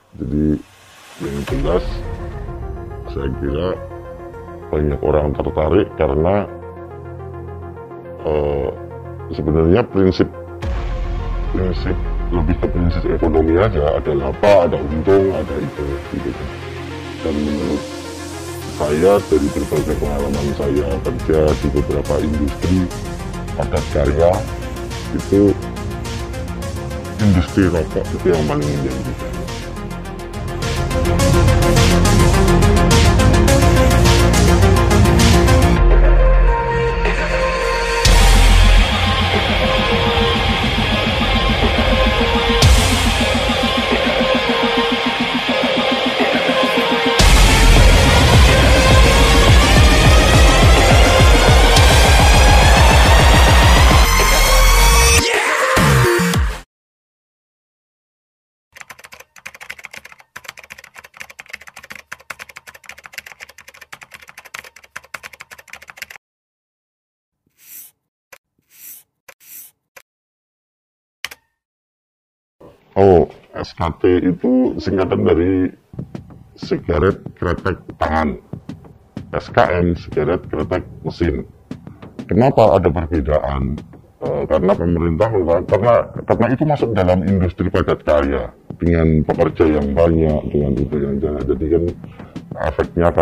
Jadi yang jelas saya kira banyak orang tertarik karena sebenarnya prinsip lebih ke prinsip ekonomi aja, ada laba, ada untung, ada itu gitu kan. Dan menurut saya dari berbagai pengalaman saya kerja di beberapa industri padat karya, itu industri rokok itu yang paling menjanjikan. Oh, SKT itu singkatan dari sigaret kretek tangan. SKM, sigaret kretek mesin. Kenapa ada perbedaan? Karena pemerintah, karena itu masuk dalam industri padat karya dengan pekerja yang banyak, dengan itu yang jalan. Jadi kan efeknya kan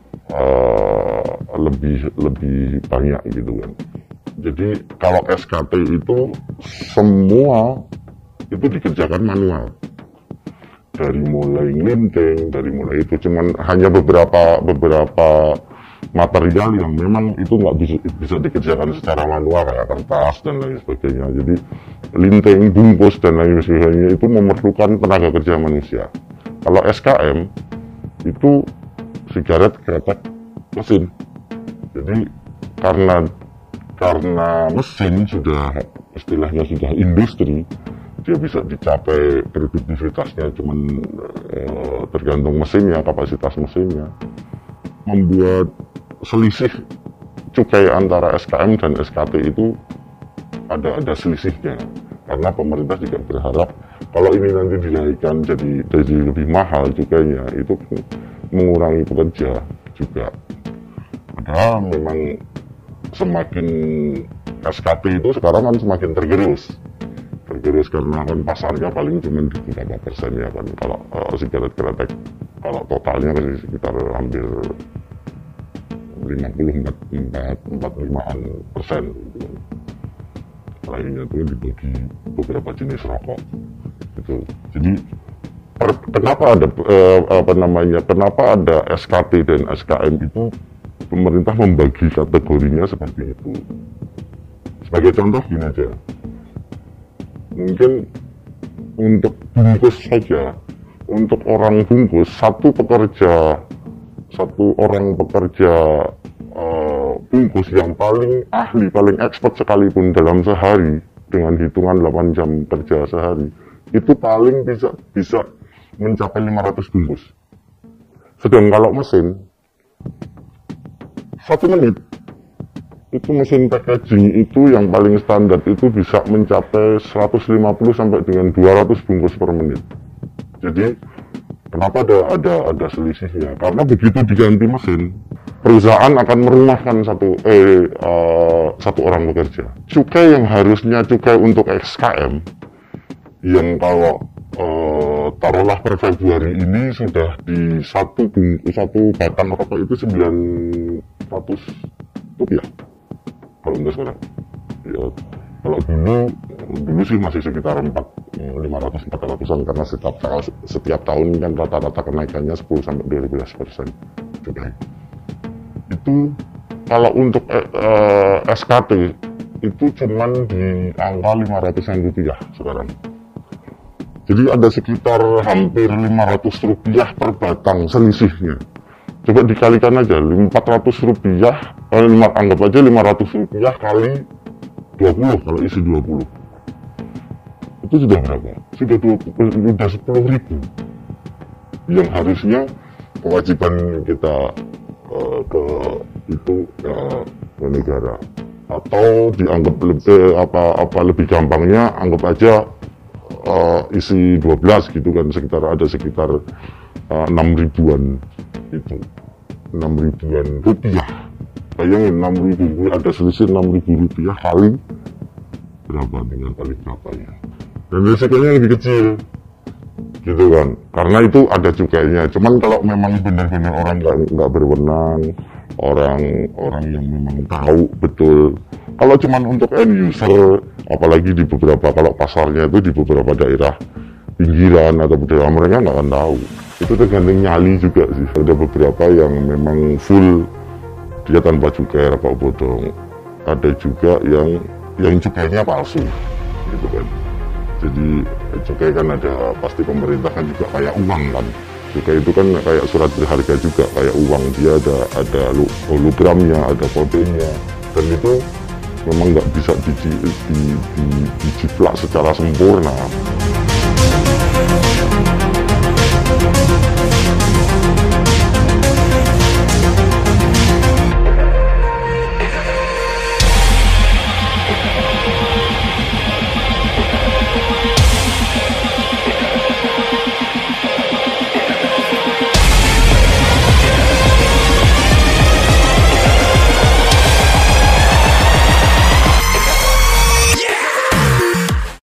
lebih banyak gitu kan. Jadi kalau SKT itu semua itu dikerjakan manual, dari mulai ngelinting, dari mulai itu cuman hanya beberapa material yang memang itu nggak bisa dikerjakan secara manual kayak kertas dan lain sebagainya. Jadi linting, bungkus dan lain sebagainya itu memerlukan tenaga kerja manusia. Kalau SKM itu sigaret kretek mesin. Jadi karena mesin sudah istilahnya sudah industri, dia bisa dicapai produktivitasnya cuman tergantung mesinnya, kapasitas mesinnya, membuat selisih cukai antara SKM dan SKT itu ada selisihnya, karena pemerintah juga berharap kalau ini nanti dinaikkan jadi lebih mahal cukainya, itu mengurangi pekerja juga. Padahal memang semakin SKT itu sekarang kan semakin tergerus karena kan pasarnya paling cuma di beberapa persen ya kan. Kalau sigaret kretek kalau totalnya kan sekitar hampir 45% gitu. Lainnya itu dibagi beberapa jenis rokok gitu. Jadi kenapa ada SKT dan SKM itu, pemerintah membagi kategorinya seperti itu. Sebagai contoh gini aja, mungkin untuk bungkus saja, untuk orang bungkus, satu orang pekerja bungkus yang paling ahli, paling expert sekalipun dalam sehari dengan hitungan 8 jam kerja sehari, itu paling bisa mencapai 500 bungkus. Sedang kalau mesin 1 menit itu mesin packaging itu yang paling standar itu bisa mencapai 150 sampai dengan 200 bungkus per menit. Jadi kenapa ada selisihnya? Karena begitu diganti mesin, perusahaan akan merumahkan satu orang bekerja. Cukai yang harusnya cukai untuk SKM yang kalau taruhlah per Februari ini sudah di satu batang rokok itu 900 rupiah. Kalau untuk sekarang, ya, kalau dulu sih masih sekitar 500-400an, karena setiap tahun kan rata-rata kenaikannya 10-12% cukai. Itu kalau untuk SKT itu cuman di angka 500-an rupiah sekarang. Jadi ada sekitar hampir 500 rupiah per batang selisihnya. Coba dikalikan aja, 400 rupiah, anggap aja 500 rupiah kali 20 kalau isi 20. Itu sudah berapa? Sudah 10.000. Yang harusnya kewajiban kita ke negara. Atau dianggap lebih gampangnya, anggap aja isi 12 gitu kan, sekitar 6 ribuan itu, 6 ribuan rupiah. Bayangin 6 ribu, ada selisih 6 ribu rupiah kali berapa, tinggal kali berapa ya, dan resikonya lebih kecil gitu kan, karena itu ada cukainya. Cuman kalau memang benar-benar orang nggak berwenang, orang yang memang tahu betul, kalau cuman untuk end user, apalagi di beberapa, kalau pasarnya itu di beberapa daerah pinggiran atau daerah, mereka nggak akan tahu. Itu tergantung nyali juga sih. Ada beberapa yang memang full dia tanpa cukai rapak bodong, ada juga yang cukainya palsu gitu kan. Jadi cukai kan ada, pasti pemerintah kan juga kayak uang kan, cukai itu kan kayak surat berharga juga, kayak uang, dia ada hologramnya, ada kodenya, dan itu memang nggak bisa dijiplak secara sempurna.